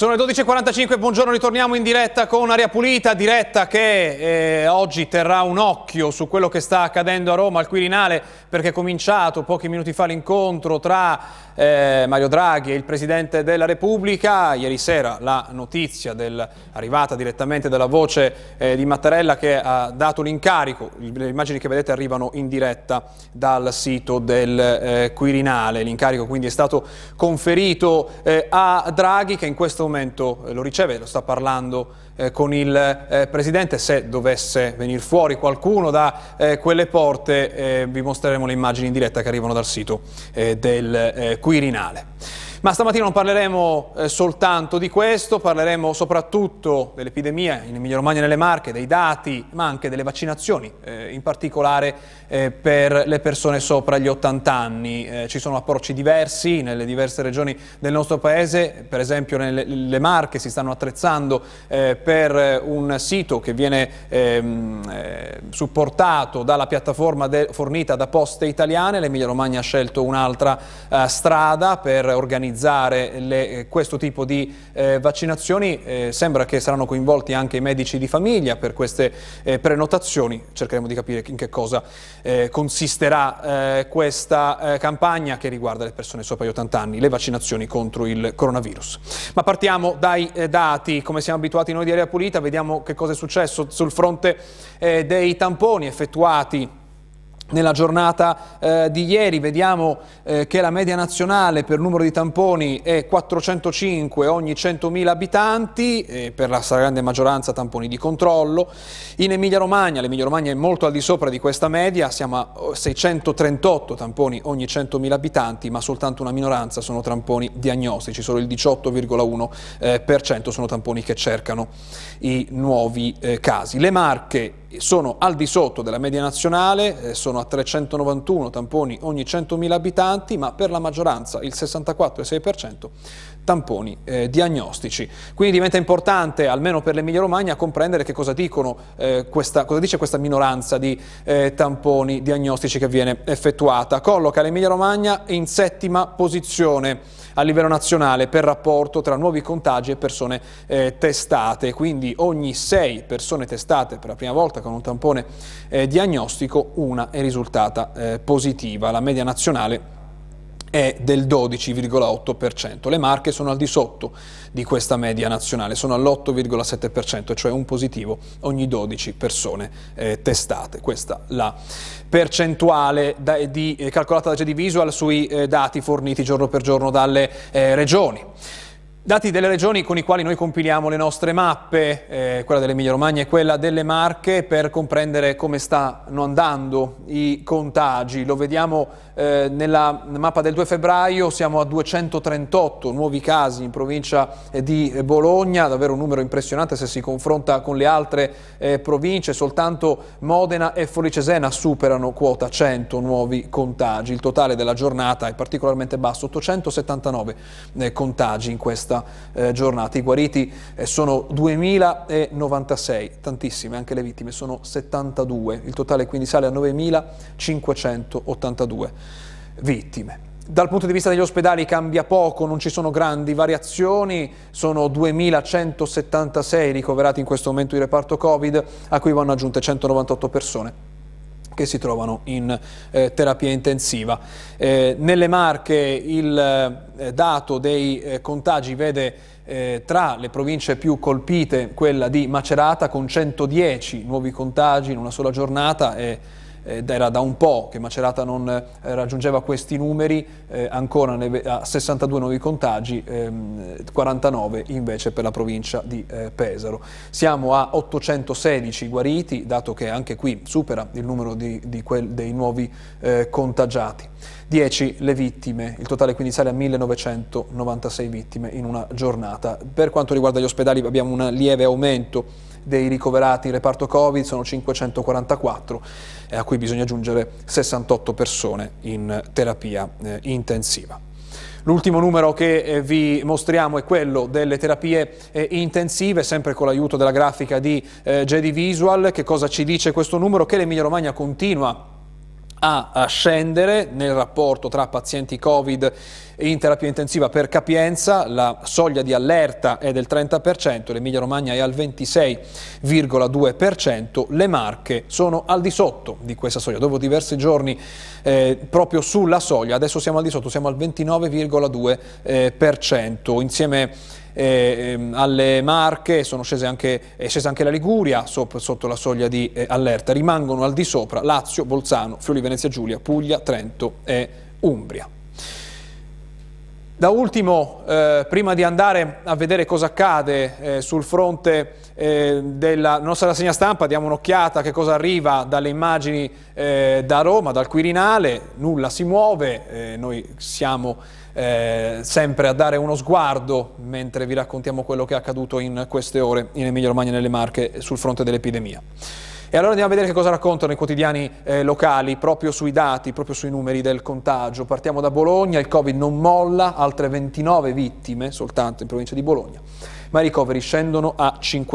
Sono le 12:45, buongiorno, ritorniamo in diretta con Aria Pulita, diretta che oggi terrà un occhio su quello che sta accadendo a Roma, al Quirinale, perché è cominciato pochi minuti fa l'incontro tra Mario Draghi e il Presidente della Repubblica. Ieri sera la notizia arrivata direttamente dalla voce di Mattarella, che ha dato l'incarico, le immagini che vedete arrivano in diretta dal sito del Quirinale, l'incarico quindi è stato conferito a Draghi, che in questo momento lo riceve, lo sta parlando con il Presidente. Se dovesse venire fuori qualcuno da quelle porte, vi mostreremo le immagini in diretta che arrivano dal sito del Quirinale. Ma stamattina non parleremo soltanto di questo, parleremo soprattutto dell'epidemia in Emilia-Romagna e nelle Marche, dei dati, ma anche delle vaccinazioni, in particolare per le persone sopra gli 80 anni. Ci sono approcci diversi nelle diverse regioni del nostro Paese, per esempio nelle Marche si stanno attrezzando per un sito che viene supportato dalla piattaforma fornita da Poste Italiane. L'Emilia-Romagna ha scelto un'altra strada per organizzare questo tipo di vaccinazioni. Sembra che saranno coinvolti anche i medici di famiglia per queste prenotazioni. Cercheremo di capire in che cosa consisterà questa campagna che riguarda le persone sopra gli 80 anni, le vaccinazioni contro il coronavirus. Ma partiamo dai dati, come siamo abituati noi di Aria Pulita. Vediamo che cosa è successo sul fronte dei tamponi effettuati nella giornata di ieri. Vediamo che la media nazionale per numero di tamponi è 405 ogni 100.000 abitanti, per la stragrande maggioranza tamponi di controllo. In Emilia-Romagna, l'Emilia-Romagna è molto al di sopra di questa media, siamo a 638 tamponi ogni 100.000 abitanti, ma soltanto una minoranza sono tamponi diagnostici, solo il 18,1% sono tamponi che cercano i nuovi casi. Le Marche sono al di sotto della media nazionale, sono a 391 tamponi ogni 100.000 abitanti, ma per la maggioranza, il 64,6%, tamponi diagnostici. Quindi diventa importante, almeno per l'Emilia-Romagna, comprendere che cosa dice questa minoranza di tamponi diagnostici che viene effettuata. Colloca l'Emilia-Romagna in 7ª posizione a livello nazionale per rapporto tra nuovi contagi e persone testate, quindi ogni 6 persone testate per la prima volta con un tampone diagnostico, una è risultata positiva. La media nazionale è del 12,8%. Le Marche sono al di sotto di questa media nazionale, sono all'8,7%, cioè un positivo ogni 12 persone testate. Questa la percentuale calcolata da JD Visual sui dati forniti giorno per giorno dalle regioni. Dati delle regioni con i quali noi compiliamo le nostre mappe, quella dell'Emilia-Romagna e quella delle Marche, per comprendere come stanno andando i contagi. Lo vediamo nella mappa del 2 febbraio, siamo a 238 nuovi casi in provincia di Bologna, davvero un numero impressionante se si confronta con le altre province. Soltanto Modena e Forlì Cesena superano quota 100 nuovi contagi. Il totale della giornata è particolarmente basso, 879 contagi in questa giornata. I guariti sono 2096, tantissime, anche le vittime sono 72, il totale quindi sale a 9582 vittime. Dal punto di vista degli ospedali cambia poco, non ci sono grandi variazioni, sono 2176 ricoverati in questo momento in reparto Covid, a cui vanno aggiunte 198 persone che si trovano in terapia intensiva. Nelle Marche il dato dei contagi vede tra le province più colpite quella di Macerata, con 110 nuovi contagi in una sola giornata, ed era da un po' che Macerata non raggiungeva questi numeri, ancora a 62 nuovi contagi, 49 invece per la provincia di Pesaro. Siamo a 816 guariti, dato che anche qui supera il numero dei nuovi contagiati. 10 le vittime, il totale quindi sale a 1996 vittime in una giornata. Per quanto riguarda gli ospedali abbiamo un lieve aumento dei ricoverati in reparto Covid, sono 544, a cui bisogna aggiungere 68 persone in terapia intensiva. L'ultimo numero che vi mostriamo è quello delle terapie intensive, sempre con l'aiuto della grafica di JD Visual. Che cosa ci dice questo numero? Che l'Emilia-Romagna continua a scendere nel rapporto tra pazienti Covid in terapia intensiva per capienza. La soglia di allerta è del 30%, l'Emilia Romagna è al 26,2%, le Marche sono al di sotto di questa soglia, dopo diversi giorni proprio sulla soglia, adesso siamo al di sotto, siamo al 29,2%, insieme alle Marche è scesa anche la Liguria sotto la soglia di allerta, rimangono al di sopra Lazio, Bolzano, Friuli Venezia Giulia, Puglia, Trento e Umbria. Da ultimo, prima di andare a vedere cosa accade sul fronte della nostra rassegna stampa, diamo un'occhiata a che cosa arriva dalle immagini da Roma, dal Quirinale. Nulla si muove, noi siamo sempre a dare uno sguardo mentre vi raccontiamo quello che è accaduto in queste ore in Emilia Romagna e nelle Marche sul fronte dell'epidemia. E allora andiamo a vedere che cosa raccontano i quotidiani locali proprio sui dati, proprio sui numeri del contagio. Partiamo da Bologna, il Covid non molla, altre 29 vittime soltanto in provincia di Bologna, ma i ricoveri scendono a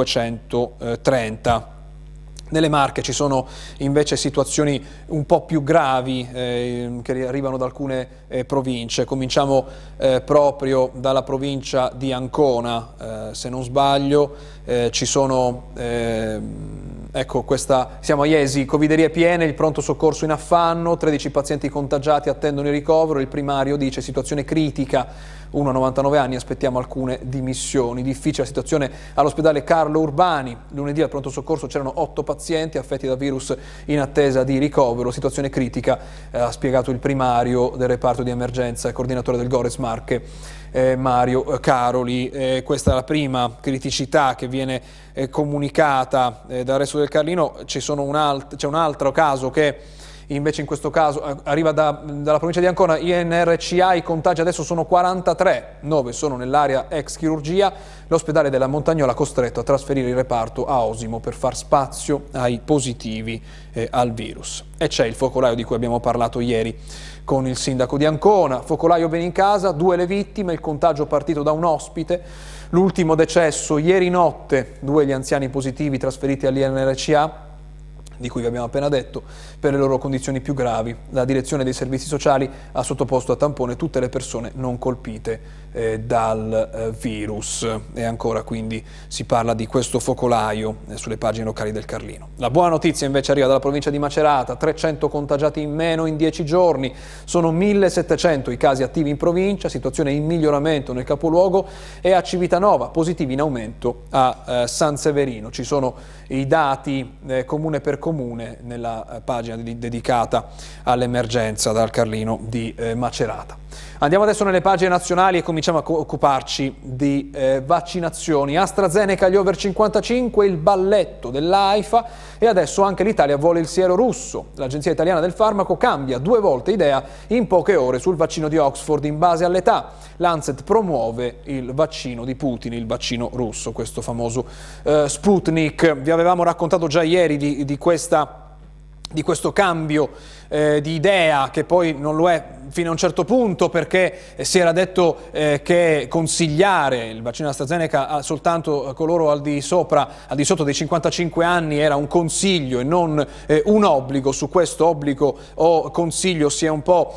530. Nelle Marche ci sono invece situazioni un po' più gravi che arrivano da alcune province. Cominciamo proprio dalla provincia di Ancona, se non sbaglio ci sono, siamo a Iesi, coviderie piene, il pronto soccorso in affanno, 13 pazienti contagiati attendono il ricovero, il primario dice situazione critica, uno a 99 anni, aspettiamo alcune dimissioni. Difficile la situazione all'ospedale Carlo Urbani, lunedì al pronto soccorso c'erano 8 pazienti affetti da virus in attesa di ricovero, situazione critica, ha spiegato il primario del reparto di emergenza e coordinatore del Gores Marche, Mario Caroli. Questa è la prima criticità che viene comunicata dal resto del Carlino. C'è un altro caso che invece in questo caso arriva dalla provincia di Ancona, INRCA, i contagi adesso sono 43, 9 sono nell'area ex chirurgia, l'ospedale della Montagnola costretto a trasferire il reparto a Osimo per far spazio ai positivi al virus. E c'è il focolaio di cui abbiamo parlato ieri con il sindaco di Ancona, focolaio bene in casa, 2 le vittime, il contagio partito da un ospite, l'ultimo decesso ieri notte, 2 gli anziani positivi trasferiti all'INRCA, di cui vi abbiamo appena detto, per le loro condizioni più gravi. La direzione dei servizi sociali ha sottoposto a tampone tutte le persone non colpite dal virus. E ancora quindi si parla di questo focolaio sulle pagine locali del Carlino. La buona notizia invece arriva dalla provincia di Macerata, 300 contagiati in meno in 10 giorni, sono 1700 i casi attivi in provincia, situazione in miglioramento nel capoluogo, e a Civitanova positivi in aumento a San Severino. Ci sono i dati comune per comune nella pagina dedicata all'emergenza dal Carlino di Macerata. Andiamo adesso nelle pagine nazionali e cominciamo a occuparci di vaccinazioni. AstraZeneca agli over 55, il balletto dell'AIFA, e adesso anche l'Italia vuole il siero russo. L'Agenzia Italiana del Farmaco cambia 2 volte idea in poche ore sul vaccino di Oxford in base all'età. Lancet promuove il vaccino di Putin, il vaccino russo, questo famoso Sputnik. Vi avevamo raccontato già ieri di questo cambio di idea, che poi non lo è fino a un certo punto, perché si era detto che consigliare il vaccino AstraZeneca soltanto a coloro al di sotto dei 55 anni era un consiglio e non un obbligo. Su questo obbligo o consiglio si è un po'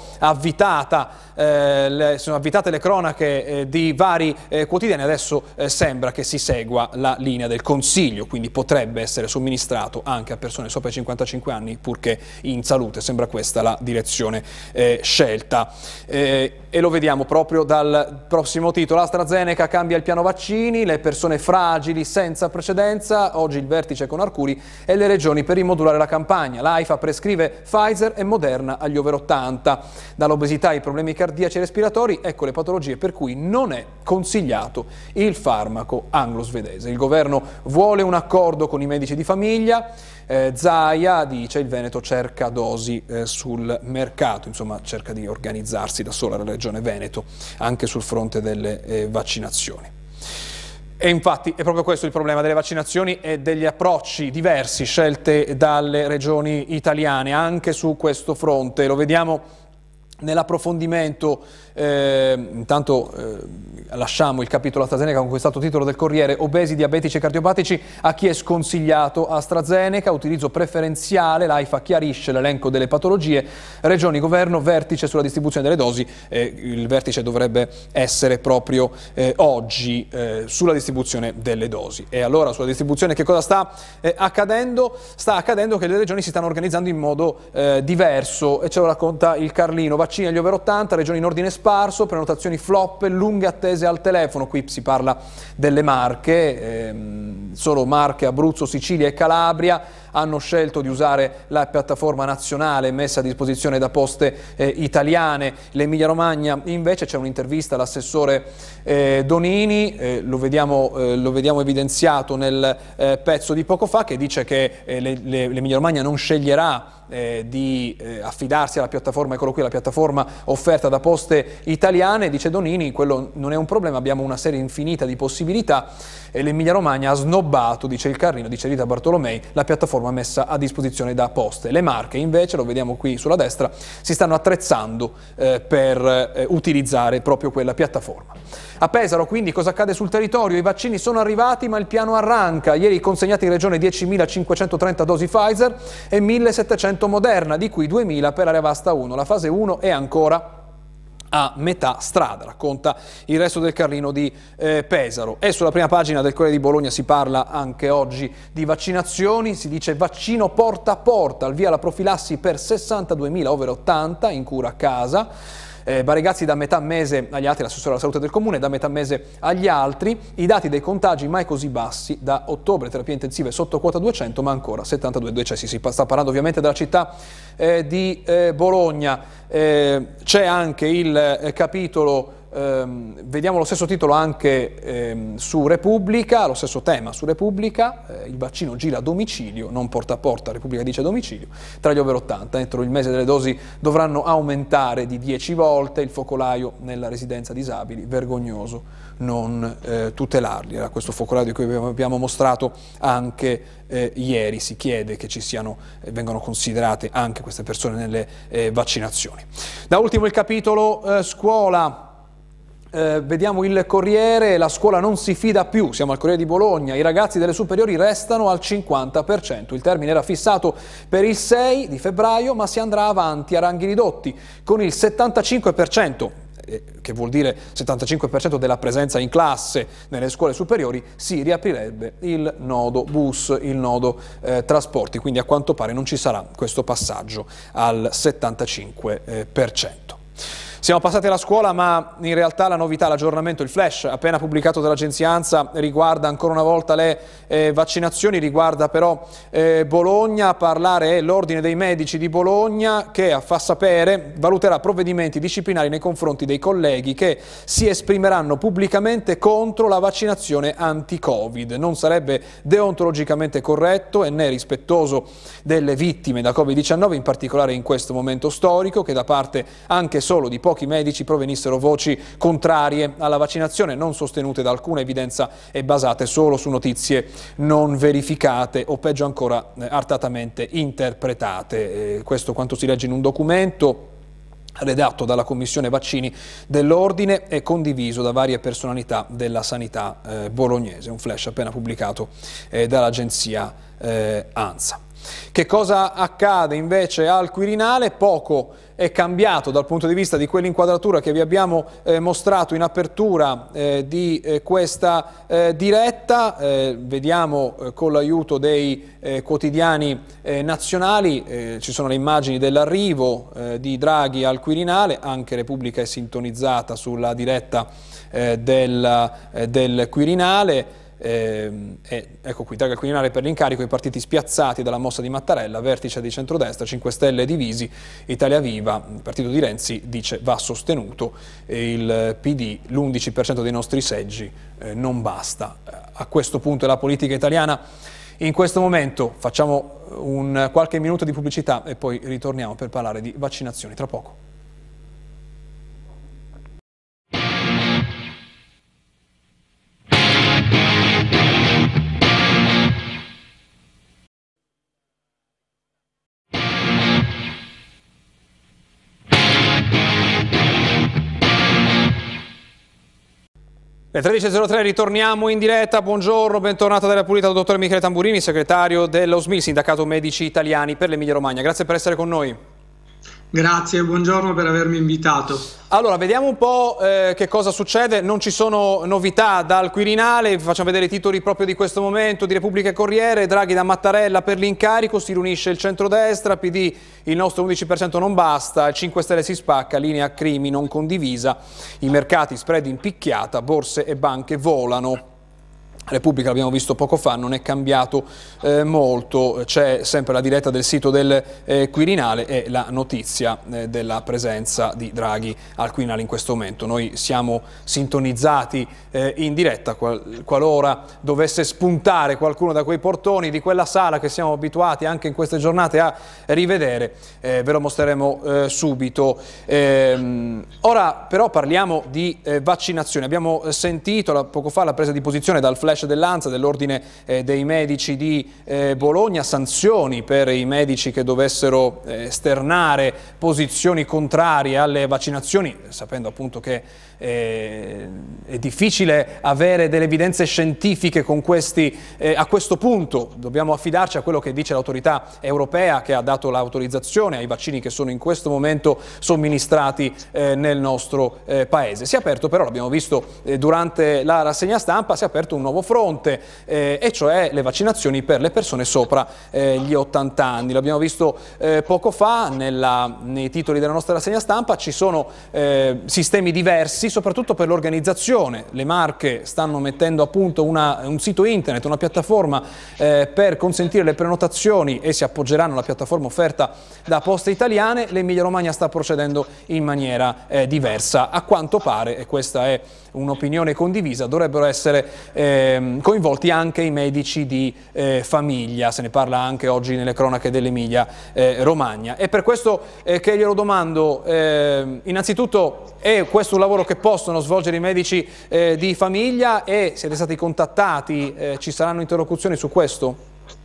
sono avvitate le cronache di vari quotidiani. Adesso sembra che si segua la linea del consiglio, quindi potrebbe essere somministrato anche a persone sopra i 55 anni purché in salute. Sembra questa la direzione scelta. E lo vediamo proprio dal prossimo titolo. AstraZeneca cambia il piano vaccini, le persone fragili senza precedenza, oggi il vertice con Arcuri e le regioni per rimodulare la campagna. L'AIFA prescrive Pfizer e Moderna agli over 80. Dall'obesità ai problemi cardiaci e respiratori, ecco le patologie per cui non è consigliato il farmaco anglo-svedese. Il governo vuole un accordo con i medici di famiglia. Zaia dice il Veneto cerca dosi sul mercato, insomma cerca di organizzarsi da sola la regione Veneto anche sul fronte delle vaccinazioni. E infatti è proprio questo il problema delle vaccinazioni e degli approcci diversi scelte dalle regioni italiane anche su questo fronte. Lo vediamo nell'approfondimento. Intanto lasciamo il capitolo AstraZeneca con questo titolo del Corriere: obesi, diabetici e cardiopatici, a chi è sconsigliato AstraZeneca, utilizzo preferenziale, l'AIFA chiarisce l'elenco delle patologie, regioni, governo, vertice sulla distribuzione delle dosi, il vertice dovrebbe essere proprio oggi sulla distribuzione delle dosi. E allora sulla distribuzione che cosa sta accadendo? Sta accadendo che le regioni si stanno organizzando in modo diverso, e ce lo racconta il Carlino. Vaccini agli over 80, regioni in ordine sparso, prenotazioni flop, lunghe attese al telefono. Qui si parla delle Marche, solo Marche, Abruzzo, Sicilia e Calabria hanno scelto di usare la piattaforma nazionale messa a disposizione da Poste Italiane. L'Emilia Romagna invece, c'è un'intervista all'assessore Donini, lo vediamo evidenziato nel pezzo di poco fa, che dice che l'Emilia Romagna non sceglierà di affidarsi alla piattaforma, eccolo qui, la piattaforma offerta da Poste Italiane. Dice Donini, quello non è un problema, abbiamo una serie infinita di possibilità, e l'Emilia Romagna ha snobbato, dice il Carlino, dice Rita Bartolomei, la piattaforma messa a disposizione da Poste. Le Marche invece, lo vediamo qui sulla destra, si stanno attrezzando per utilizzare proprio quella piattaforma. A Pesaro quindi cosa accade sul territorio? I vaccini sono arrivati ma il piano arranca. Ieri consegnati in regione 10.530 dosi Pfizer e 1.700 Moderna, di cui 2.000 per Area Vasta 1. La fase 1 è ancora a metà strada, racconta il resto del Carlino di Pesaro. E sulla prima pagina del Corriere di Bologna si parla anche oggi di vaccinazioni, si dice vaccino porta a porta, al via la profilassi per 62.000 over 80 in cura a casa. Baregazzi da metà mese agli altri, l'assessore alla salute del comune, da metà mese agli altri, i dati dei contagi mai così bassi da ottobre, terapie intensive sotto quota 200 ma ancora 72 decessi. Si sta parlando ovviamente della città di Bologna. C'è anche il capitolo, vediamo lo stesso titolo anche su Repubblica, lo stesso tema su Repubblica, il vaccino gira a domicilio, non porta a porta, Repubblica dice domicilio, tra gli over 80, entro il mese delle dosi dovranno aumentare di 10 volte, il focolaio nella residenza disabili, vergognoso non tutelarli. Era questo focolaio di cui abbiamo mostrato anche ieri. Si chiede che ci siano, vengano considerate anche queste persone nelle vaccinazioni. Da ultimo il capitolo scuola. Vediamo il Corriere, la scuola non si fida più, siamo al Corriere di Bologna, i ragazzi delle superiori restano al 50%, il termine era fissato per il 6 di febbraio ma si andrà avanti a ranghi ridotti, con il 75%, che vuol dire 75% della presenza in classe nelle scuole superiori, si riaprirebbe il nodo bus, il nodo trasporti, quindi a quanto pare non ci sarà questo passaggio al 75%. Siamo passati alla scuola, ma in realtà la novità, l'aggiornamento, il flash appena pubblicato dall'agenzia ANSA riguarda ancora una volta le vaccinazioni, riguarda però Bologna. A parlare è l'Ordine dei Medici di Bologna, che fa sapere valuterà provvedimenti disciplinari nei confronti dei colleghi che si esprimeranno pubblicamente contro la vaccinazione anti-Covid. Non sarebbe deontologicamente corretto e né rispettoso delle vittime da Covid-19, in particolare in questo momento storico, che da parte anche solo di pochi medici provenissero voci contrarie alla vaccinazione, non sostenute da alcuna evidenza e basate solo su notizie non verificate o peggio ancora artatamente interpretate. Questo quanto si legge in un documento redatto dalla Commissione Vaccini dell'Ordine e condiviso da varie personalità della sanità bolognese. Un flash appena pubblicato dall'agenzia ANSA. Che cosa accade invece al Quirinale? Poco è cambiato dal punto di vista di quell'inquadratura che vi abbiamo mostrato in apertura di questa diretta. Vediamo con l'aiuto dei quotidiani nazionali, ci sono le immagini dell'arrivo di Draghi al Quirinale, anche Repubblica è sintonizzata sulla diretta del Quirinale. Ecco qui, Draghi al Quirinale per l'incarico, i partiti spiazzati dalla mossa di Mattarella, vertice di centrodestra, 5 Stelle divisi, Italia Viva, il partito di Renzi dice va sostenuto, il PD, l'11% dei nostri seggi non basta. A questo punto è la politica italiana. In questo momento facciamo qualche minuto di pubblicità e poi ritorniamo per parlare di vaccinazioni tra poco. Le 13.03 ritorniamo in diretta, buongiorno, bentornato dalla Pulita al dottor Michele Tamburini, segretario dell'OSMI, Sindacato Medici Italiani per l'Emilia Romagna. Grazie per essere con noi. Grazie, buongiorno per avermi invitato. Allora, vediamo un po' che cosa succede. Non ci sono novità dal Quirinale, vi facciamo vedere i titoli proprio di questo momento di Repubblica e Corriere. Draghi da Mattarella per l'incarico, si riunisce il centrodestra, PD, il nostro 11% non basta, il 5 Stelle si spacca, linea Crimi non condivisa, i mercati spread in picchiata, borse e banche volano. Repubblica, l'abbiamo visto poco fa, non è cambiato molto, c'è sempre la diretta del sito del Quirinale e la notizia della presenza di Draghi al Quirinale in questo momento. Noi siamo sintonizzati in diretta, qualora dovesse spuntare qualcuno da quei portoni di quella sala che siamo abituati anche in queste giornate a rivedere, ve lo mostreremo subito. Ora però parliamo di vaccinazioni. Abbiamo sentito poco fa la presa di posizione dal flash dell'ANSA, dell'Ordine dei Medici di Bologna, sanzioni per i medici che dovessero esternare posizioni contrarie alle vaccinazioni, sapendo appunto che è difficile avere delle evidenze scientifiche con questi, a questo punto dobbiamo affidarci a quello che dice l'autorità europea che ha dato l'autorizzazione ai vaccini che sono in questo momento somministrati nel nostro paese. Si è aperto però, l'abbiamo visto durante la rassegna stampa, si è aperto un nuovo fronte, e cioè le vaccinazioni per le persone sopra gli 80 anni. L'abbiamo visto poco fa nei titoli della nostra rassegna stampa. Ci sono sistemi diversi soprattutto per l'organizzazione. Le Marche stanno mettendo a punto un sito internet, una piattaforma per consentire le prenotazioni e si appoggeranno alla piattaforma offerta da Poste Italiane. L'Emilia Romagna sta procedendo in maniera diversa. A quanto pare, e questa è un'opinione condivisa, dovrebbero essere coinvolti anche i medici di famiglia, se ne parla anche oggi nelle cronache dell'Emilia Romagna. E per questo che glielo domando, innanzitutto, è questo un lavoro che possono svolgere i medici di famiglia e siete stati contattati? Ci saranno interlocuzioni su questo?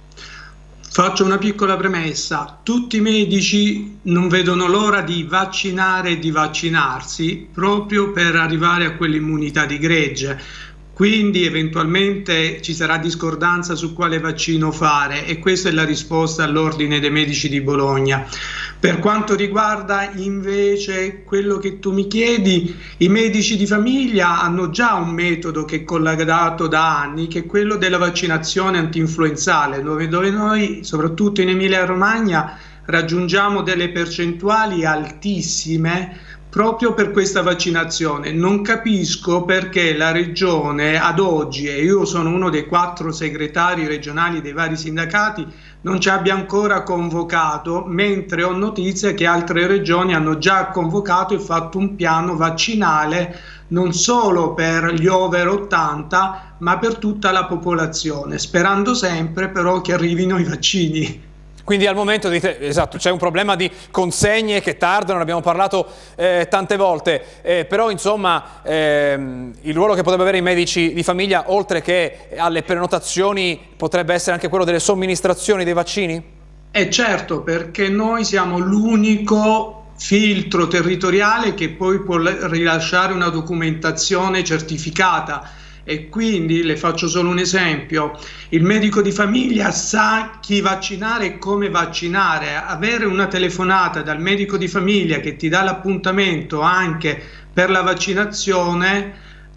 Faccio una piccola premessa: tutti i medici non vedono l'ora di vaccinare e di vaccinarsi proprio per arrivare a quell'immunità di gregge. Quindi eventualmente ci sarà discordanza su quale vaccino fare e questa è la risposta all'Ordine dei Medici di Bologna. Per quanto riguarda invece quello che tu mi chiedi, i medici di famiglia hanno già un metodo che è collaudato da anni, che è quello della vaccinazione antinfluenzale, dove noi, soprattutto in Emilia Romagna, raggiungiamo delle percentuali altissime proprio per questa vaccinazione. Non capisco perché la regione ad oggi, e io sono uno dei 4 segretari regionali dei vari sindacati, non ci abbia ancora convocato, mentre ho notizia che altre regioni hanno già convocato e fatto un piano vaccinale non solo per gli over 80 ma per tutta la popolazione, sperando sempre però che arrivino i vaccini. Quindi al momento dite, esatto, c'è un problema di consegne che tardano, ne abbiamo parlato tante volte, però insomma il ruolo che potrebbe avere i medici di famiglia, oltre che alle prenotazioni, potrebbe essere anche quello delle somministrazioni dei vaccini? Certo, perché noi siamo l'unico filtro territoriale che poi può rilasciare una documentazione certificata. E quindi le faccio solo un esempio: il medico di famiglia sa chi vaccinare e come vaccinare. Avere una telefonata dal medico di famiglia che ti dà l'appuntamento anche per la vaccinazione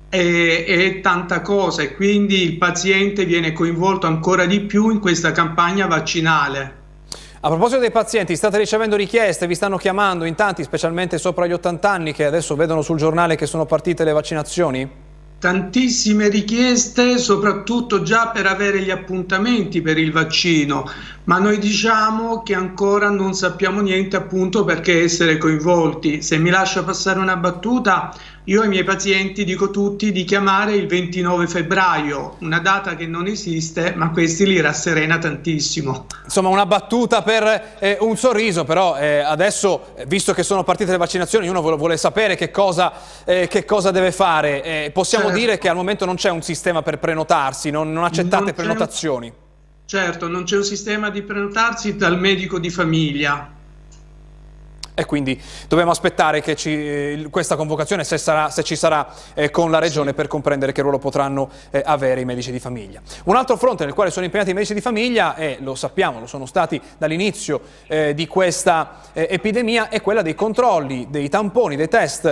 è tanta cosa, e quindi il paziente viene coinvolto ancora di più in questa campagna vaccinale. A proposito dei pazienti, state ricevendo richieste, vi stanno chiamando in tanti, specialmente sopra gli 80 anni, che adesso vedono sul giornale che sono partite le vaccinazioni? Tantissime richieste, soprattutto già per avere gli appuntamenti per il vaccino, ma noi diciamo che ancora non sappiamo niente, appunto perché essere coinvolti. Se mi lascia passare una battuta, io ai miei pazienti dico tutti di chiamare il 29 febbraio, una data che non esiste, ma questi li rasserena tantissimo. Insomma, una battuta per un sorriso, però adesso, visto che sono partite le vaccinazioni, uno vuole sapere che cosa deve fare. Possiamo dire che al momento non c'è un sistema per prenotarsi, non accettate prenotazioni? Certo, non c'è un sistema di prenotarsi dal medico di famiglia. E quindi dobbiamo aspettare che questa convocazione, se ci sarà con la Regione, per comprendere che ruolo potranno avere i medici di famiglia. Un altro fronte nel quale sono impegnati i medici di famiglia, e lo sappiamo, lo sono stati dall'inizio di questa epidemia, è quella dei controlli, dei tamponi, dei test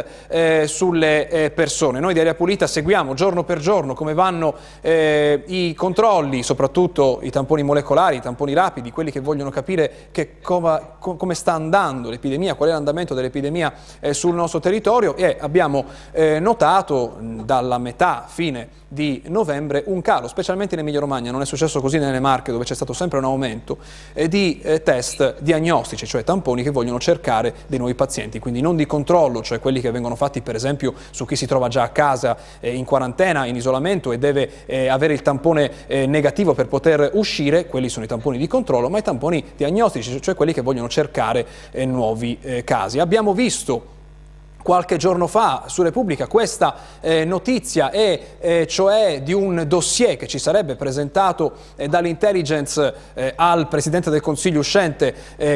sulle persone. Noi di Aria Pulita seguiamo giorno per giorno come vanno i controlli, soprattutto i tamponi molecolari, i tamponi rapidi, quelli che vogliono capire come sta andando l'epidemia, qual è l'andamento dell'epidemia sul nostro territorio, e abbiamo notato dalla fine di novembre un calo, specialmente in Emilia Romagna. Non è successo così nelle Marche, dove c'è stato sempre un aumento di test diagnostici, cioè tamponi che vogliono cercare dei nuovi pazienti, quindi non di controllo, cioè quelli che vengono fatti per esempio su chi si trova già a casa in quarantena, in isolamento e deve avere il tampone negativo per poter uscire. Quelli sono i tamponi di controllo, ma i tamponi diagnostici, cioè quelli che vogliono cercare nuovi casi. Abbiamo visto qualche giorno fa su Repubblica questa notizia, cioè di un dossier che ci sarebbe presentato dall'intelligence al Presidente del Consiglio uscente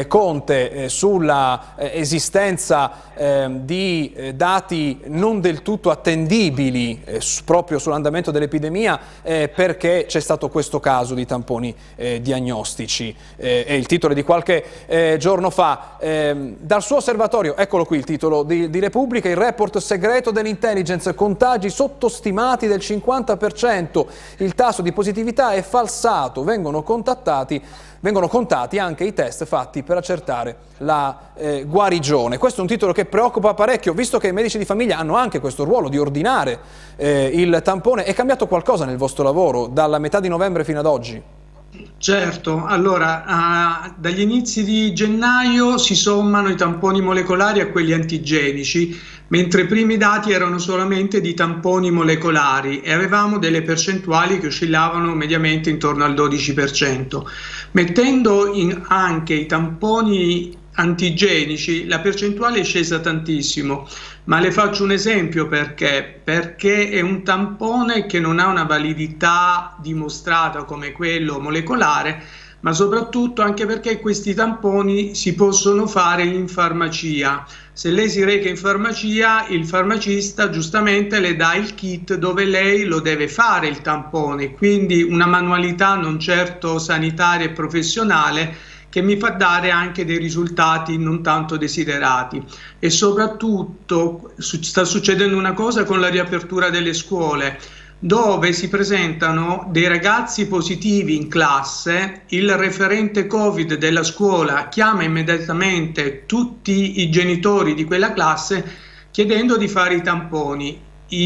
Conte sulla esistenza di dati non del tutto attendibili proprio sull'andamento dell'epidemia, perché c'è stato questo caso di tamponi diagnostici. È il titolo di qualche giorno fa. Dal suo osservatorio, eccolo qui il titolo di Repubblica: il report segreto dell'intelligence, contagi sottostimati del 50%, il tasso di positività è falsato, vengono contati anche i test fatti per accertare la guarigione. Questo è un titolo che preoccupa parecchio, visto che i medici di famiglia hanno anche questo ruolo di ordinare il tampone. È cambiato qualcosa nel vostro lavoro dalla metà di novembre fino ad oggi? Certo, allora dagli inizi di gennaio si sommano i tamponi molecolari a quelli antigenici, mentre i primi dati erano solamente di tamponi molecolari e avevamo delle percentuali che oscillavano mediamente intorno al 12%. Mettendo anche i tamponi antigenici la percentuale è scesa tantissimo, ma le faccio un esempio perché è un tampone che non ha una validità dimostrata come quello molecolare, ma soprattutto anche perché questi tamponi si possono fare in farmacia. Se lei si reca in farmacia, il farmacista giustamente le dà il kit dove lei lo deve fare il tampone, quindi una manualità non certo sanitaria e professionale, che mi fa dare anche dei risultati non tanto desiderati. E soprattutto sta succedendo una cosa con la riapertura delle scuole, dove si presentano dei ragazzi positivi in classe, il referente Covid della scuola chiama immediatamente tutti i genitori di quella classe chiedendo di fare i tamponi.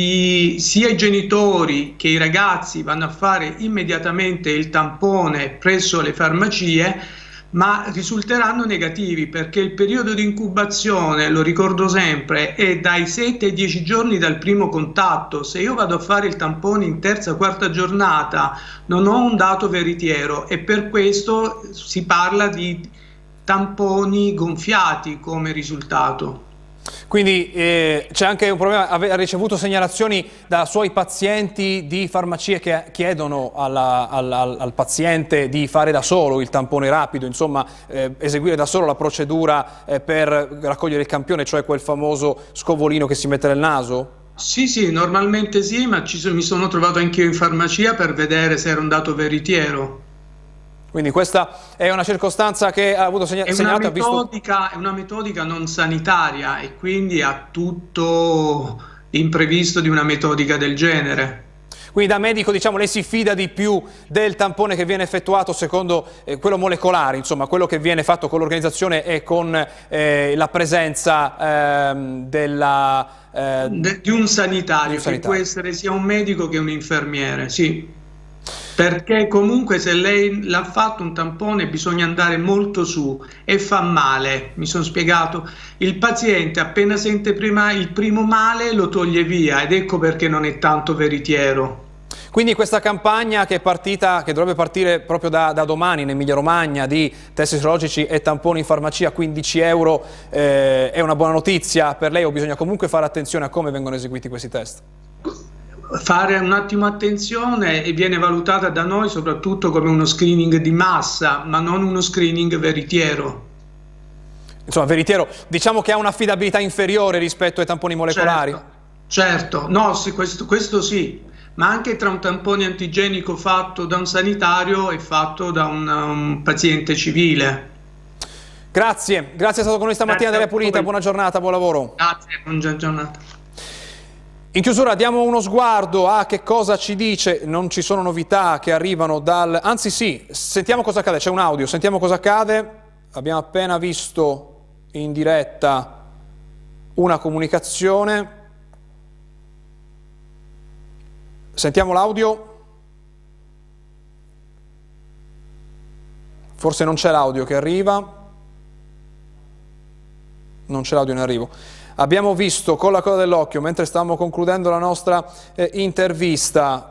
Sia i genitori che i ragazzi vanno a fare immediatamente il tampone presso le farmacie, ma risulteranno negativi perché il periodo di incubazione, lo ricordo sempre, è dai 7 ai 10 giorni dal primo contatto. Se io vado a fare il tampone in terza o quarta giornata non ho un dato veritiero, e per questo si parla di tamponi gonfiati come risultato. Quindi c'è anche un problema, ha ricevuto segnalazioni da suoi pazienti di farmacie che chiedono al paziente di fare da solo il tampone rapido, insomma eseguire da solo la procedura per raccogliere il campione, cioè quel famoso scovolino che si mette nel naso? Sì, normalmente sì, ma mi sono trovato anch'io in farmacia per vedere se era un dato veritiero. Quindi questa è una circostanza che ha avuto segnalato. È una metodica non sanitaria e quindi ha tutto l'imprevisto di una metodica del genere. Quindi da medico, diciamo, lei si fida di più del tampone che viene effettuato secondo quello molecolare, insomma quello che viene fatto con l'organizzazione e con la presenza di un sanitario, che può essere sia un medico che un infermiere, sì. Perché comunque se lei l'ha fatto un tampone bisogna andare molto su e fa male, mi sono spiegato. Il paziente appena sente il primo male lo toglie via, ed ecco perché non è tanto veritiero. Quindi questa campagna che dovrebbe partire proprio da domani in Emilia Romagna, di test sierologici e tamponi in farmacia a 15 euro, è una buona notizia per lei, o bisogna comunque fare attenzione a come vengono eseguiti questi test? Fare un attimo attenzione, e viene valutata da noi soprattutto come uno screening di massa, ma non uno screening veritiero. Insomma, veritiero, diciamo che ha un'affidabilità inferiore rispetto ai tamponi molecolari? Certo. No, sì, questo sì, ma anche tra un tampone antigenico fatto da un sanitario e fatto da un paziente civile. Grazie, è stato con noi stamattina della Pulita, buona giornata, buon lavoro. Grazie, buona giornata. In chiusura diamo uno sguardo a che cosa ci dice, non ci sono novità che arrivano anzi sì, sentiamo cosa accade, c'è un audio, sentiamo cosa accade. Abbiamo appena visto in diretta una comunicazione. Sentiamo l'audio. Forse non c'è l'audio che arriva. Non c'è l'audio in arrivo. Abbiamo visto con la coda dell'occhio, mentre stavamo concludendo la nostra intervista,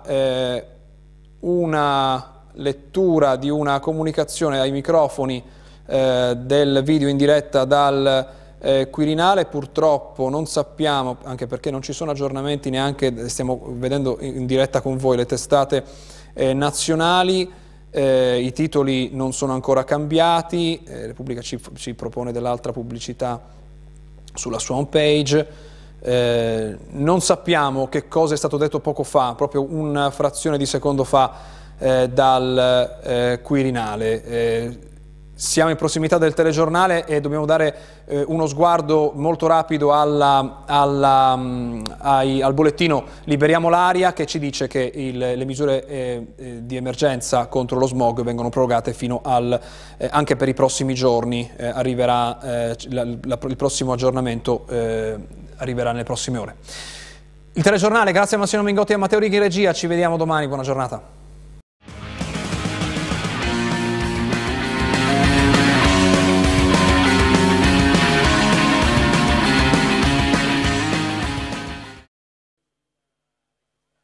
una lettura di una comunicazione ai microfoni del video in diretta dal Quirinale. Purtroppo non sappiamo, anche perché non ci sono aggiornamenti, neanche stiamo vedendo in diretta con voi le testate nazionali, i titoli non sono ancora cambiati, Repubblica ci propone dell'altra pubblicità sulla sua home page. Non sappiamo che cosa è stato detto poco fa, proprio una frazione di secondo fa, dal Quirinale. Siamo in prossimità del telegiornale e dobbiamo dare uno sguardo molto rapido al bollettino Liberiamo l'aria, che ci dice che le misure di emergenza contro lo smog vengono prorogate fino anche per i prossimi giorni. Arriverà il prossimo aggiornamento, arriverà nelle prossime ore. Il telegiornale, grazie a Massimo Mingotti e a Matteo Righi in regia, ci vediamo domani, buona giornata.